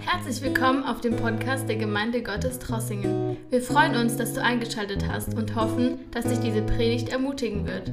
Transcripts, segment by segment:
Herzlich willkommen auf dem Podcast der Gemeinde Gottes Trossingen. Wir freuen uns, dass du eingeschaltet hast und hoffen, dass dich diese Predigt ermutigen wird.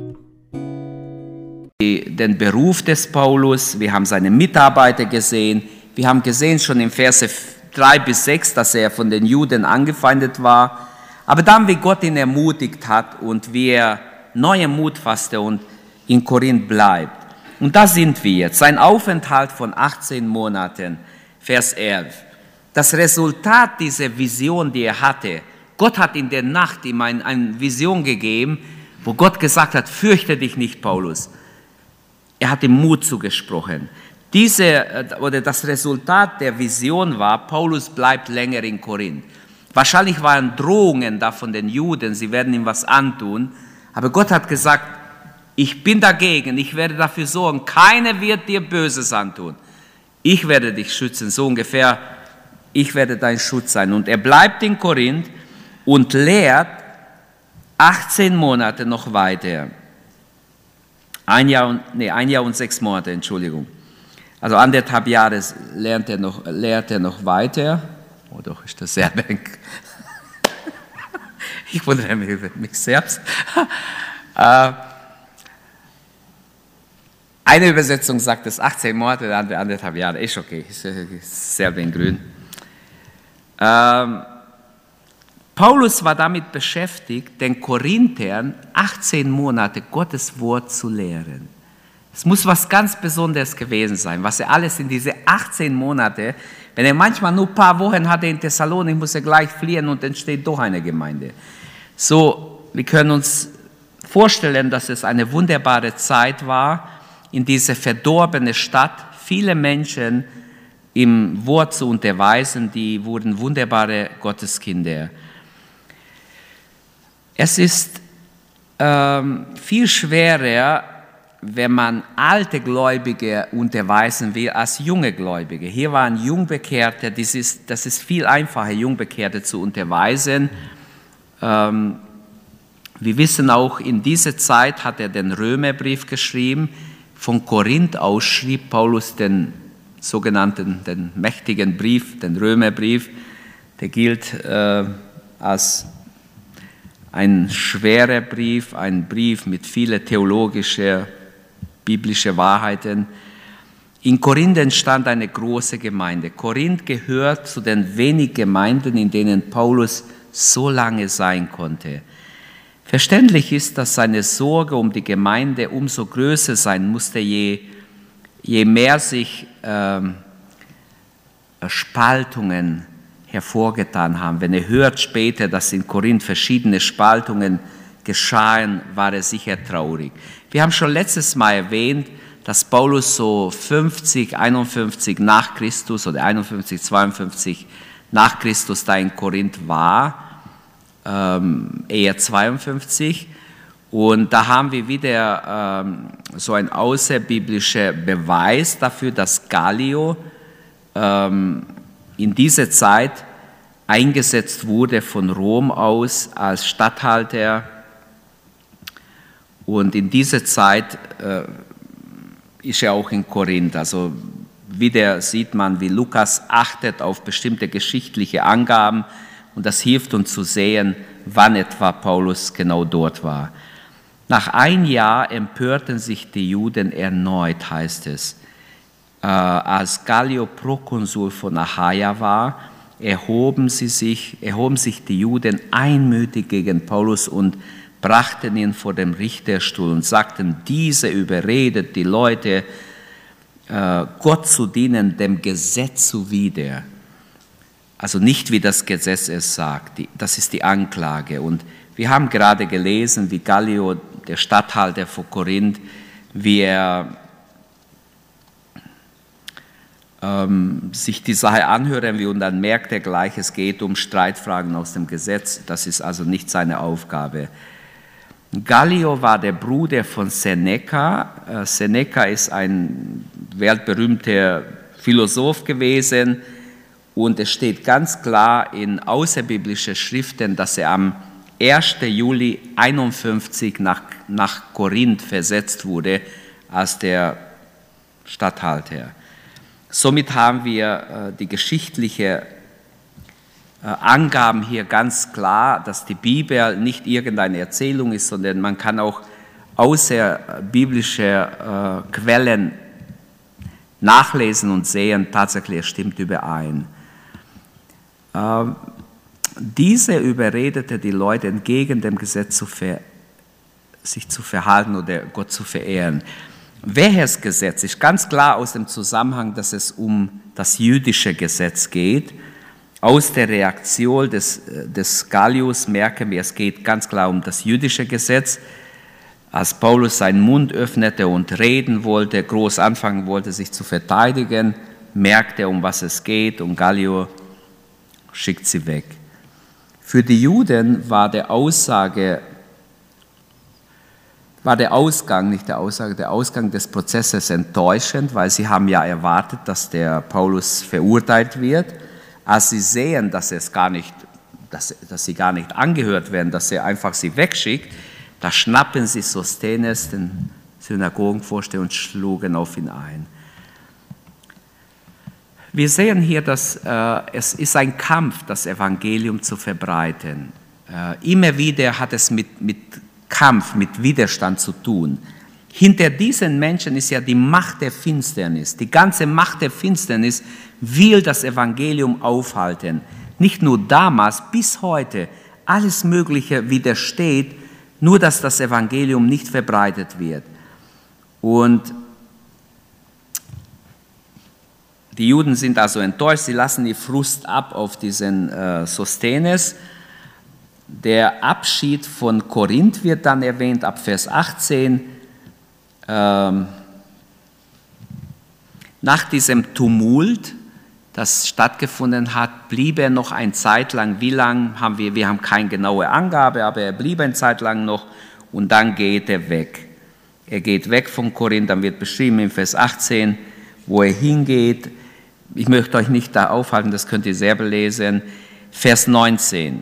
Den Beruf des Paulus, wir haben seine Mitarbeiter gesehen, wir haben gesehen schon in Verse 3 bis 6, dass er von den Juden angefeindet war, aber dann, wie Gott ihn ermutigt hat und wie er neuen Mut fasste und in Korinth bleibt. Und da sind wir jetzt, sein Aufenthalt von 18 Monaten, Vers 11. Das Resultat dieser Vision, die er hatte, Gott hat in der Nacht ihm eine Vision gegeben, wo Gott gesagt hat, fürchte dich nicht, Paulus. Er hat ihm Mut zugesprochen. Das Resultat der Vision war, Paulus bleibt länger in Korinth. Wahrscheinlich waren Drohungen da von den Juden, sie werden ihm was antun. Aber Gott hat gesagt, ich bin dagegen, ich werde dafür sorgen, keiner wird dir Böses antun. Ich werde dich schützen, so ungefähr, ich werde dein Schutz sein. Und er bleibt in Korinth und lehrt 18 Monate noch weiter. Ein Jahr und 6 Monate, Entschuldigung. Also 1,5 Jahre lehrt er noch weiter. Oh doch, ist das sehr denk. Ich wundere mich über mich selbst. Eine Übersetzung sagt es 18 Monate, die andere 1,5 Jahre. Ist okay, ist selber in grün. Paulus war damit beschäftigt, den Korinthern 18 Monate Gottes Wort zu lehren. Es muss was ganz Besonderes gewesen sein, was er alles in diese 18 Monate, wenn er manchmal nur ein paar Wochen hatte in Thessalonik, muss er gleich fliehen und entsteht doch eine Gemeinde. So, wir können uns vorstellen, dass es eine wunderbare Zeit war, in diese verdorbene Stadt viele Menschen im Wort zu unterweisen, die wurden wunderbare Gotteskinder. Es ist viel schwerer, wenn man alte Gläubige unterweisen will, als junge Gläubige. Hier waren Jungbekehrte, das ist viel einfacher, Jungbekehrte zu unterweisen. Wir wissen auch, in dieser Zeit hat er den Römerbrief geschrieben. Von Korinth aus schrieb Paulus den sogenannten, den mächtigen Brief, den Römerbrief. Der gilt als ein schwerer Brief, ein Brief mit vielen theologischen, biblischen Wahrheiten. In Korinth entstand eine große Gemeinde. Korinth gehört zu den wenigen Gemeinden, in denen Paulus so lange sein konnte. Verständlich ist, dass seine Sorge um die Gemeinde umso größer sein musste, je mehr sich Spaltungen hervorgetan haben. Wenn er hört später, dass in Korinth verschiedene Spaltungen geschahen, war er sicher traurig. Wir haben schon letztes Mal erwähnt, dass Paulus so 50, 51 nach Christus oder 51, 52 nach Christus da in Korinth war, eher 52. Und da haben wir wieder so einen außerbiblischen Beweis dafür, dass Gallio in dieser Zeit eingesetzt wurde von Rom aus als Statthalter. Und in dieser Zeit ist er auch in Korinth. Also wieder sieht man, wie Lukas achtet auf bestimmte geschichtliche Angaben. Und das hilft uns zu sehen, wann etwa Paulus genau dort war. Nach einem Jahr empörten sich die Juden erneut, heißt es. Als Gallio Prokonsul von Achaia war, erhoben sich die Juden einmütig gegen Paulus und brachten ihn vor dem Richterstuhl und sagten, diese überredet die Leute, Gott zu dienen, dem Gesetz zuwider. Also nicht, wie das Gesetz es sagt, das ist die Anklage. Und wir haben gerade gelesen, wie Gallio, der Statthalter von Korinth, wie er sich die Sache anhören will und dann merkt er gleich, es geht um Streitfragen aus dem Gesetz. Das ist also nicht seine Aufgabe. Gallio war der Bruder von Seneca. Seneca ist ein weltberühmter Philosoph gewesen. Und es steht ganz klar in außerbiblischen Schriften, dass er am 1. Juli 51 nach Korinth versetzt wurde als der Statthalter. Somit haben wir die geschichtliche Angaben hier ganz klar, dass die Bibel nicht irgendeine Erzählung ist, sondern man kann auch außerbiblische Quellen nachlesen und sehen, tatsächlich es stimmt überein. Diese überredete die Leute entgegen dem Gesetz sich zu verhalten oder Gott zu verehren. Welches Gesetz? Ist ganz klar aus dem Zusammenhang, dass es um das jüdische Gesetz geht. Aus der Reaktion des Gallius merken wir, es geht ganz klar um das jüdische Gesetz. Als Paulus seinen Mund öffnete und reden wollte, groß anfangen wollte, sich zu verteidigen, merkte er, um was es geht, und Gallio schickt sie weg. Für die Juden war der Ausgang des Prozesses enttäuschend, weil sie haben ja erwartet, dass der Paulus verurteilt wird. Als sie sehen, dass sie gar nicht angehört werden, dass er einfach sie wegschickt, da schnappen sie Sosthenes, den Synagogenvorsteher, und schlugen auf ihn ein. Wir sehen hier, dass es ist ein Kampf, das Evangelium zu verbreiten. Immer wieder hat es mit Kampf, mit Widerstand zu tun. Hinter diesen Menschen ist ja die Macht der Finsternis. Die ganze Macht der Finsternis will das Evangelium aufhalten. Nicht nur damals, bis heute. Alles Mögliche widersteht, nur dass das Evangelium nicht verbreitet wird. Und die Juden sind also enttäuscht, sie lassen die Frust ab auf diesen Sosthenes. Der Abschied von Korinth wird dann erwähnt ab Vers 18. Nach diesem Tumult, das stattgefunden hat, blieb er noch eine Zeit lang. Wie lang haben wir haben keine genaue Angabe, aber er blieb eine Zeit lang noch und dann geht er weg. Er geht weg von Korinth, dann wird beschrieben in Vers 18, wo er hingeht. Ich möchte euch nicht da aufhalten, das könnt ihr selber lesen. Vers 19.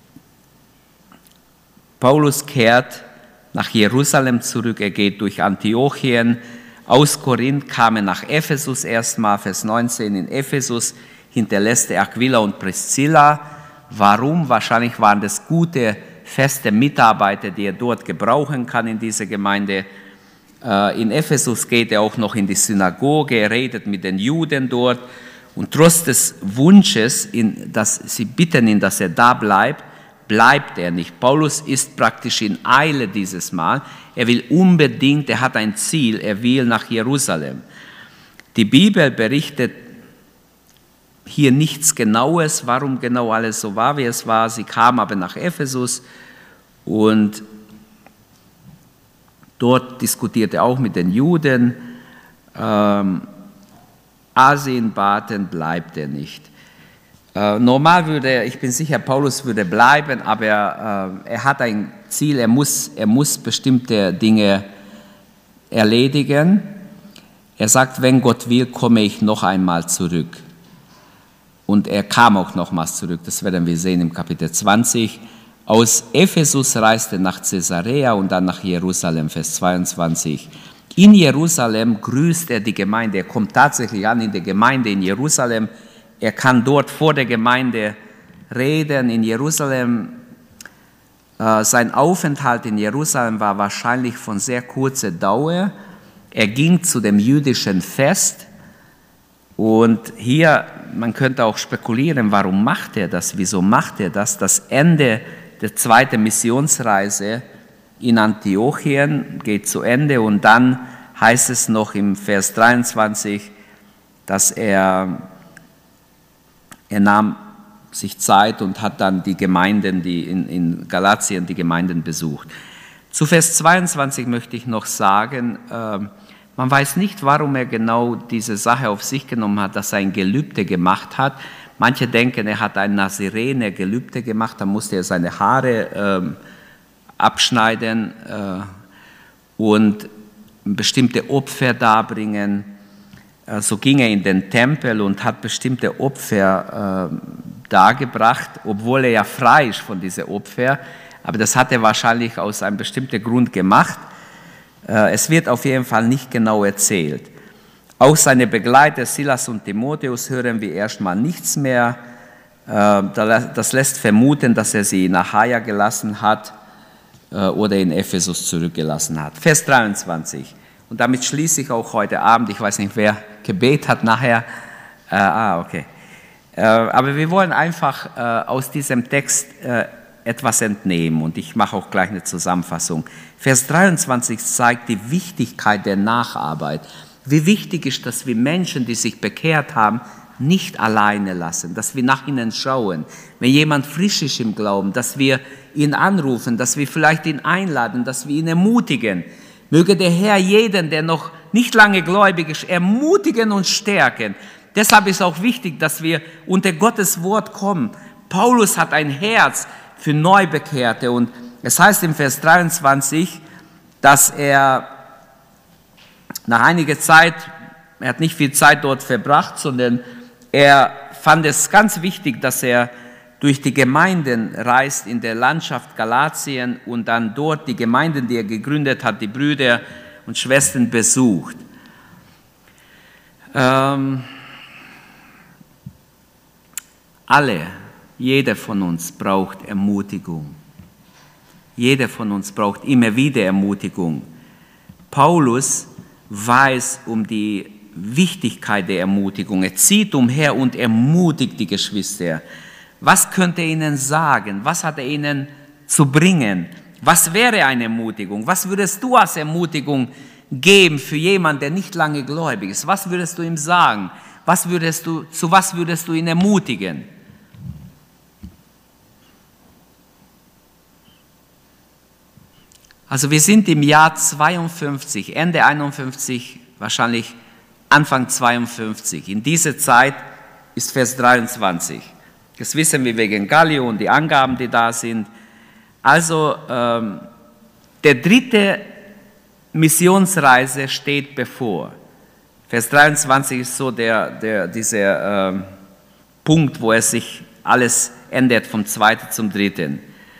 Paulus kehrt nach Jerusalem zurück, er geht durch Antiochien. Aus Korinth kam er nach Ephesus erstmal, Vers 19, in Ephesus hinterlässt er Aquila und Priscilla. Warum? Wahrscheinlich waren das gute, feste Mitarbeiter, die er dort gebrauchen kann in dieser Gemeinde. In Ephesus geht er auch noch in die Synagoge, er redet mit den Juden dort und trotz des Wunsches, dass sie bitten ihn, dass er da bleibt, bleibt er nicht. Paulus ist praktisch in Eile dieses Mal. Er will unbedingt, er hat ein Ziel, er will nach Jerusalem. Die Bibel berichtet hier nichts Genaues, warum genau alles so war, wie es war. Sie kam aber nach Ephesus und dort diskutierte er auch mit den Juden. Asien baten bleibt er nicht. Normal ich bin sicher, Paulus würde bleiben, aber er hat ein Ziel, er muss bestimmte Dinge erledigen. Er sagt, wenn Gott will, komme ich noch einmal zurück. Und er kam auch nochmals zurück, das werden wir sehen im Kapitel 20. Aus Ephesus reiste er nach Caesarea und dann nach Jerusalem, Vers 22. In Jerusalem grüßt er die Gemeinde, er kommt tatsächlich an in der Gemeinde in Jerusalem. Er kann dort vor der Gemeinde reden. In Jerusalem, sein Aufenthalt in Jerusalem war wahrscheinlich von sehr kurzer Dauer. Er ging zu dem jüdischen Fest und hier, man könnte auch spekulieren, warum macht er das, wieso macht er das? Das Ende der zweiten Missionsreise in Antiochien geht zu Ende und dann heißt es noch im Vers 23, dass er nahm sich Zeit und hat dann die Gemeinden, die in Galatien, die Gemeinden besucht. Zu Vers 22 möchte ich noch sagen, man weiß nicht, warum er genau diese Sache auf sich genommen hat, dass er ein Gelübde gemacht hat. Manche denken, er hat ein Naziräner-Gelübde gemacht, da musste er seine Haare abschneiden und bestimmte Opfer darbringen. So ging er in den Tempel und hat bestimmte Opfer dargebracht, obwohl er ja frei ist von diesen Opfern. Aber das hat er wahrscheinlich aus einem bestimmten Grund gemacht. Es wird auf jeden Fall nicht genau erzählt. Auch seine Begleiter Silas und Timotheus hören wir erstmal nichts mehr. Das lässt vermuten, dass er sie in Achaia gelassen hat oder in Ephesus zurückgelassen hat. Vers 23. Und damit schließe ich auch heute Abend. Ich weiß nicht, wer Gebet hat nachher. Okay. Aber wir wollen einfach aus diesem Text etwas entnehmen und ich mache auch gleich eine Zusammenfassung. Vers 23 zeigt die Wichtigkeit der Nacharbeit. Wie wichtig ist, dass wir Menschen, die sich bekehrt haben, nicht alleine lassen, dass wir nach ihnen schauen. Wenn jemand frisch ist im Glauben, dass wir ihn anrufen, dass wir vielleicht ihn einladen, dass wir ihn ermutigen. Möge der Herr jeden, der noch nicht lange gläubig ist, ermutigen und stärken. Deshalb ist auch wichtig, dass wir unter Gottes Wort kommen. Paulus hat ein Herz für Neubekehrte und es heißt im Vers 23, dass er nach einiger Zeit, er hat nicht viel Zeit dort verbracht, sondern er fand es ganz wichtig, dass er durch die Gemeinden reist in der Landschaft Galatien und dann dort die Gemeinden, die er gegründet hat, die Brüder und Schwestern besucht. Jeder von uns braucht Ermutigung. Jeder von uns braucht immer wieder Ermutigung. Paulus weiß um die Wichtigkeit der Ermutigung. Er zieht umher und ermutigt die Geschwister. Was könnte er ihnen sagen? Was hat er ihnen zu bringen? Was wäre eine Ermutigung? Was würdest du als Ermutigung geben für jemanden, der nicht lange gläubig ist? Was würdest du ihm sagen? Zu was würdest du ihn ermutigen? Also wir sind im Jahr 52, Ende 51, wahrscheinlich Anfang 52. In dieser Zeit ist Vers 23. Das wissen wir wegen Gallio und die Angaben, die da sind. Also der dritte Missionsreise steht bevor. Vers 23 ist so dieser Punkt, wo es sich alles ändert vom zweiten zum dritten.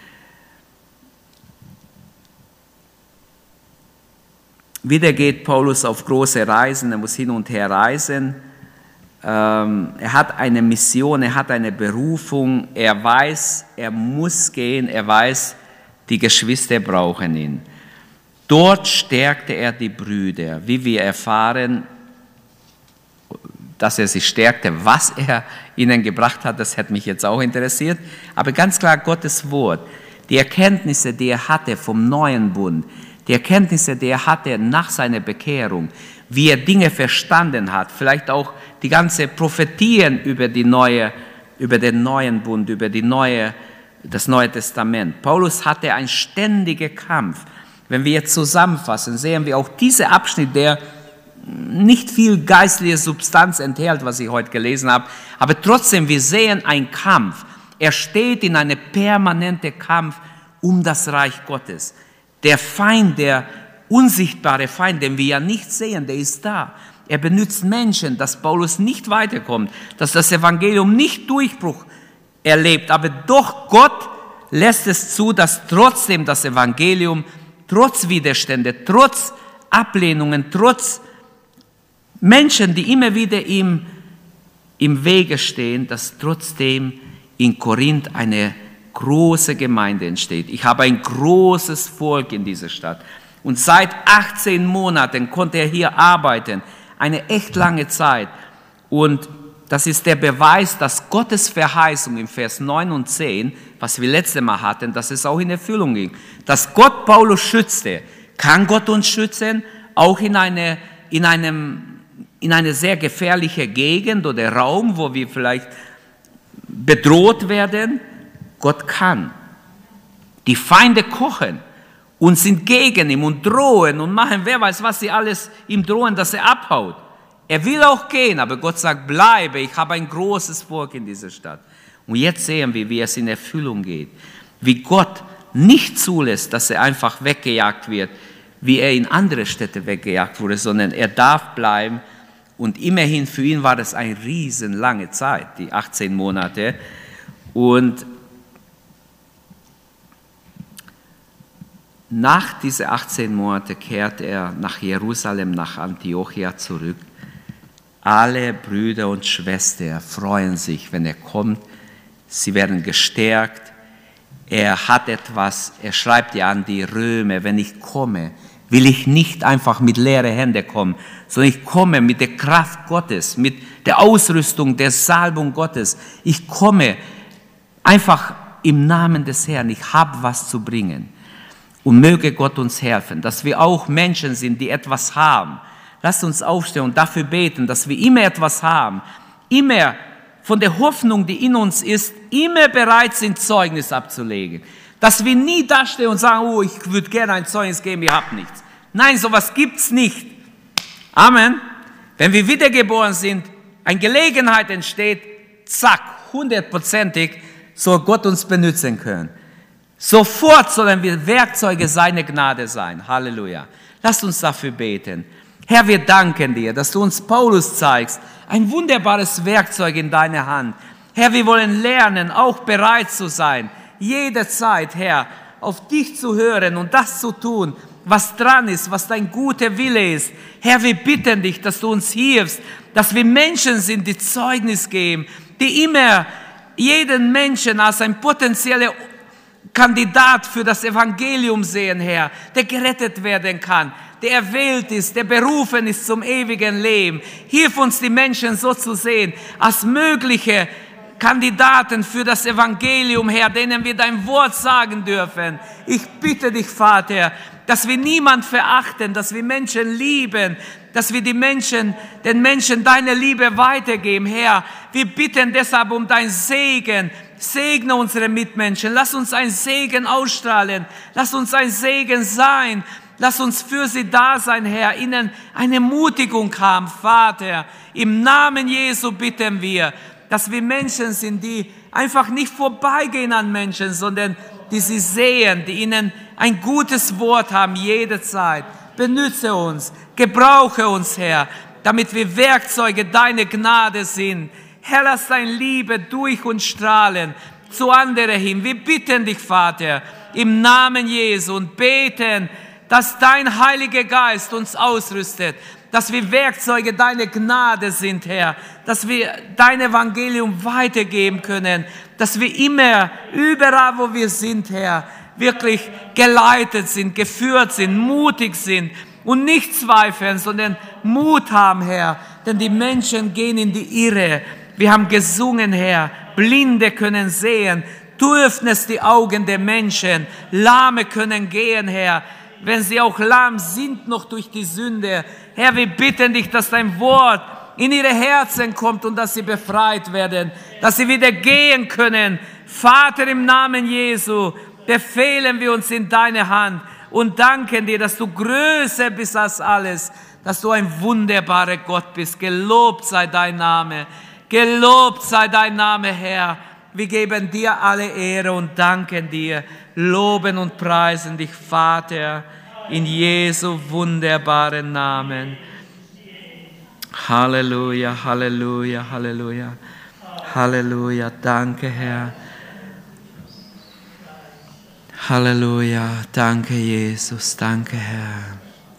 Wieder geht Paulus auf große Reisen, er muss hin und her reisen. Er hat eine Mission, er hat eine Berufung, er weiß, er muss gehen, er weiß, die Geschwister brauchen ihn. Dort stärkte er die Brüder, wie wir erfahren, dass er sie stärkte. Was er ihnen gebracht hat, das hätte mich jetzt auch interessiert. Aber ganz klar Gottes Wort, die Erkenntnisse, die er hatte vom neuen Bund, die Erkenntnisse, die er hatte nach seiner Bekehrung, wie er Dinge verstanden hat, vielleicht auch die ganze Prophetien über den neuen Bund, über das Neue Testament. Paulus hatte einen ständigen Kampf. Wenn wir jetzt zusammenfassen, sehen wir auch diesen Abschnitt, der nicht viel geistliche Substanz enthält, was ich heute gelesen habe, aber trotzdem, wir sehen einen Kampf. Er steht in einem permanenten Kampf um das Reich Gottes. Der Feind, der unsichtbare Feind, den wir ja nicht sehen, der ist da. Er benutzt Menschen, dass Paulus nicht weiterkommt, dass das Evangelium nicht Durchbruch erlebt. Aber doch Gott lässt es zu, dass trotzdem das Evangelium, trotz Widerstände, trotz Ablehnungen, trotz Menschen, die immer wieder ihm im Wege stehen, dass trotzdem in Korinth eine große Gemeinde entsteht. Ich habe ein großes Volk in dieser Stadt. Und seit 18 Monaten konnte er hier arbeiten. Eine echt lange Zeit. Und das ist der Beweis, dass Gottes Verheißung im Vers 9 und 10, was wir letztes Mal hatten, dass es auch in Erfüllung ging. Dass Gott Paulus schützte. Kann Gott uns schützen? Auch in eine sehr gefährliche Gegend oder Raum, wo wir vielleicht bedroht werden? Gott kann. Die Feinde kochen und sind gegen ihn und drohen und machen, wer weiß, was sie alles ihm drohen, dass er abhaut. Er will auch gehen, aber Gott sagt, bleibe, ich habe ein großes Volk in dieser Stadt. Und jetzt sehen wir, wie es in Erfüllung geht. Wie Gott nicht zulässt, dass er einfach weggejagt wird, wie er in andere Städte weggejagt wurde, sondern er darf bleiben. Und immerhin für ihn war das eine riesenlange Zeit, die 18 Monate. Und nach diesen 18 Monaten kehrt er nach Jerusalem, nach Antiochia zurück. Alle Brüder und Schwestern freuen sich, wenn er kommt. Sie werden gestärkt. Er hat etwas, er schreibt ja an die Römer, wenn ich komme, will ich nicht einfach mit leeren Händen kommen, sondern ich komme mit der Kraft Gottes, mit der Ausrüstung, der Salbung Gottes. Ich komme einfach im Namen des Herrn. Ich habe was zu bringen. Und möge Gott uns helfen, dass wir auch Menschen sind, die etwas haben. Lasst uns aufstehen und dafür beten, dass wir immer etwas haben, immer von der Hoffnung, die in uns ist, immer bereit sind, Zeugnis abzulegen. Dass wir nie dastehen und sagen, oh, ich würde gerne ein Zeugnis geben, ihr habt nichts. Nein, sowas gibt's nicht. Amen. Wenn wir wiedergeboren sind, eine Gelegenheit entsteht, zack, 100%ig soll Gott uns benutzen können. Sofort sollen wir Werkzeuge seiner Gnade sein. Halleluja. Lasst uns dafür beten. Herr, wir danken dir, dass du uns Paulus zeigst, ein wunderbares Werkzeug in deiner Hand. Herr, wir wollen lernen, auch bereit zu sein, jederzeit, Herr, auf dich zu hören und das zu tun, was dran ist, was dein guter Wille ist. Herr, wir bitten dich, dass du uns hilfst, dass wir Menschen sind, die Zeugnis geben, die immer jeden Menschen als ein potenzieller Kandidat für das Evangelium sehen, Herr, der gerettet werden kann, der erwählt ist, der berufen ist zum ewigen Leben. Hilf uns, die Menschen so zu sehen, als mögliche Kandidaten für das Evangelium, Herr, denen wir dein Wort sagen dürfen. Ich bitte dich, Vater, dass wir niemand verachten, dass wir Menschen lieben, dass wir den Menschen deine Liebe weitergeben, Herr. Wir bitten deshalb um dein Segen. Segne unsere Mitmenschen. Lass uns ein Segen ausstrahlen. Lass uns ein Segen sein. Lass uns für sie da sein, Herr. Ihnen eine Ermutigung haben, Vater. Im Namen Jesu bitten wir, dass wir Menschen sind, die einfach nicht vorbeigehen an Menschen, sondern die sie sehen, die ihnen ein gutes Wort haben, jederzeit. Benütze uns, gebrauche uns, Herr, damit wir Werkzeuge deiner Gnade sind. Herr, lass deine Liebe durch uns strahlen, zu anderen hin. Wir bitten dich, Vater, im Namen Jesu und beten, dass dein Heiliger Geist uns ausrüstet, dass wir Werkzeuge deiner Gnade sind, Herr, dass wir dein Evangelium weitergeben können, dass wir immer, überall, wo wir sind, Herr, wirklich geleitet sind, geführt sind, mutig sind und nicht zweifeln, sondern Mut haben, Herr, denn die Menschen gehen in die Irre. Wir haben gesungen, Herr, Blinde können sehen, du öffnest die Augen der Menschen, Lahme können gehen, Herr, wenn sie auch lahm sind noch durch die Sünde. Herr, wir bitten dich, dass dein Wort in ihre Herzen kommt und dass sie befreit werden, dass sie wieder gehen können. Vater, im Namen Jesu, befehlen wir uns in deine Hand und danken dir, dass du größer bist als alles, dass du ein wunderbarer Gott bist. Gelobt sei dein Name, gelobt sei dein Name, Herr. Wir geben dir alle Ehre und danken dir, loben und preisen dich, Vater, in Jesu wunderbaren Namen. Halleluja, Halleluja, Halleluja, Halleluja, danke, Herr. Halleluja, danke, Jesus, danke, Herr.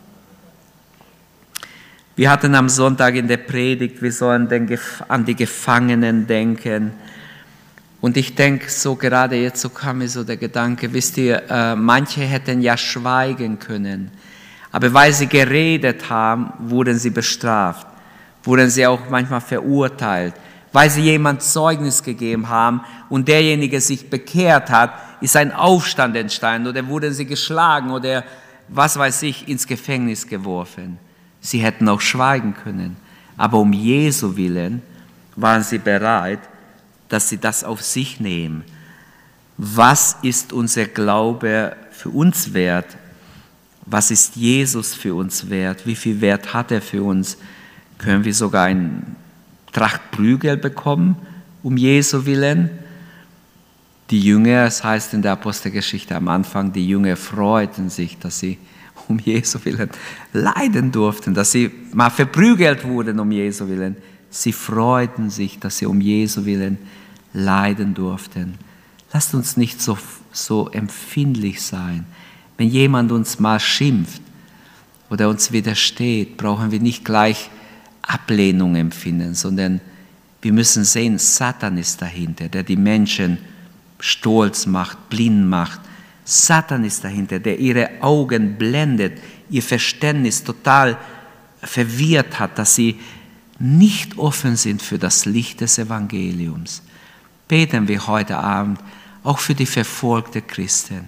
Wir hatten am Sonntag in der Predigt, wir sollen an die Gefangenen denken. Und ich denke, so gerade jetzt, so kam mir so der Gedanke, wisst ihr, manche hätten ja schweigen können, aber weil sie geredet haben, wurden sie bestraft, wurden sie auch manchmal verurteilt, weil sie jemand Zeugnis gegeben haben und derjenige sich bekehrt hat, ist ein Aufstand entstanden oder wurden sie geschlagen oder was weiß ich, ins Gefängnis geworfen. Sie hätten auch schweigen können, aber um Jesu willen waren sie bereit, dass sie das auf sich nehmen. Was ist unser Glaube für uns wert? Was ist Jesus für uns wert? Wie viel Wert hat er für uns? Können wir sogar einen Tracht Prügel bekommen, um Jesu willen? Die Jünger, es heißt in der Apostelgeschichte am Anfang, die Jünger freuten sich, dass sie um Jesu willen leiden durften, dass sie mal verprügelt wurden um Jesu willen. Sie freuten sich, dass sie um Jesu willen leiden durften. Lasst uns nicht so empfindlich sein. Wenn jemand uns mal schimpft oder uns widersteht, brauchen wir nicht gleich Ablehnung empfinden, sondern wir müssen sehen, Satan ist dahinter, der die Menschen stolz macht, blind macht. Satan ist dahinter, der ihre Augen blendet, ihr Verständnis total verwirrt hat, dass sie nicht offen sind für das Licht des Evangeliums. Beten wir heute Abend auch für die verfolgten Christen.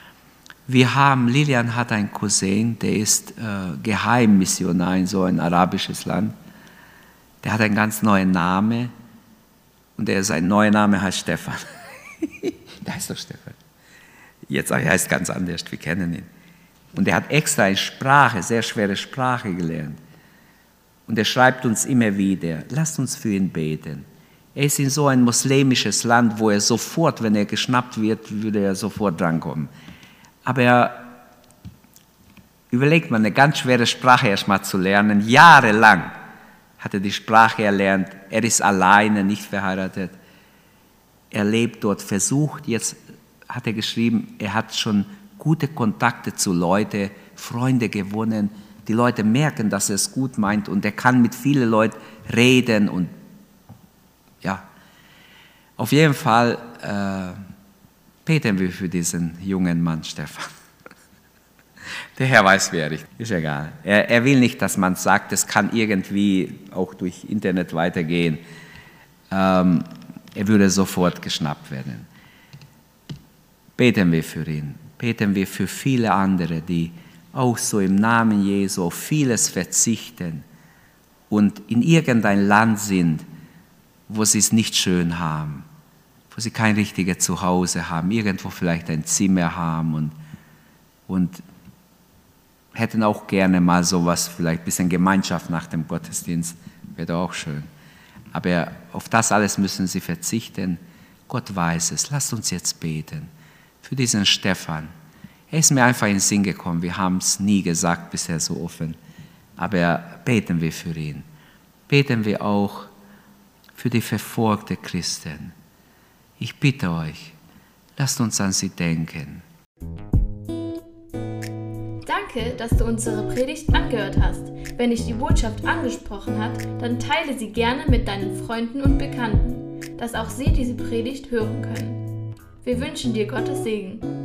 Lilian hat einen Cousin, der ist Geheimmissionar in so ein arabisches Land. Der hat einen ganz neuen Namen und sein neuer Name heißt Stefan. Der heißt doch Stefan. Jetzt er heißt ganz anders, wir kennen ihn. Und er hat extra eine Sprache, sehr schwere Sprache gelernt. Und er schreibt uns immer wieder, lasst uns für ihn beten. Er ist in so ein muslimisches Land, wo er sofort, wenn er geschnappt wird, würde er sofort drankommen. Aber überlegt man, eine ganz schwere Sprache erstmal zu lernen. Jahrelang hat er die Sprache erlernt. Er ist alleine, nicht verheiratet. Er lebt dort, versucht, jetzt hat er geschrieben, er hat schon gute Kontakte zu Leuten, Freunde gewonnen. Die Leute merken, dass er es gut meint und er kann mit vielen Leuten reden. Und ja, auf jeden Fall beten wir für diesen jungen Mann, Stefan. Der Herr weiß, wer er ist. Ist egal. Er will nicht, dass man sagt, es kann irgendwie auch durch Internet weitergehen. Er würde sofort geschnappt werden. Beten wir für ihn. Beten wir für viele andere, die auch so im Namen Jesu auf vieles verzichten und in irgendein Land sind, wo sie es nicht schön haben, wo sie kein richtiges Zuhause haben, irgendwo vielleicht ein Zimmer haben und hätten auch gerne mal sowas, vielleicht ein bisschen Gemeinschaft nach dem Gottesdienst, wäre auch schön. Aber auf das alles müssen sie verzichten. Gott weiß es. Lasst uns jetzt beten für diesen Stefan. Er ist mir einfach in den Sinn gekommen. Wir haben es nie gesagt bisher so offen. Aber beten wir für ihn. Beten wir auch für die verfolgten Christen. Ich bitte euch, lasst uns an sie denken. Danke, dass du unsere Predigt angehört hast. Wenn dich die Botschaft angesprochen hat, dann teile sie gerne mit deinen Freunden und Bekannten, dass auch sie diese Predigt hören können. Wir wünschen dir Gottes Segen.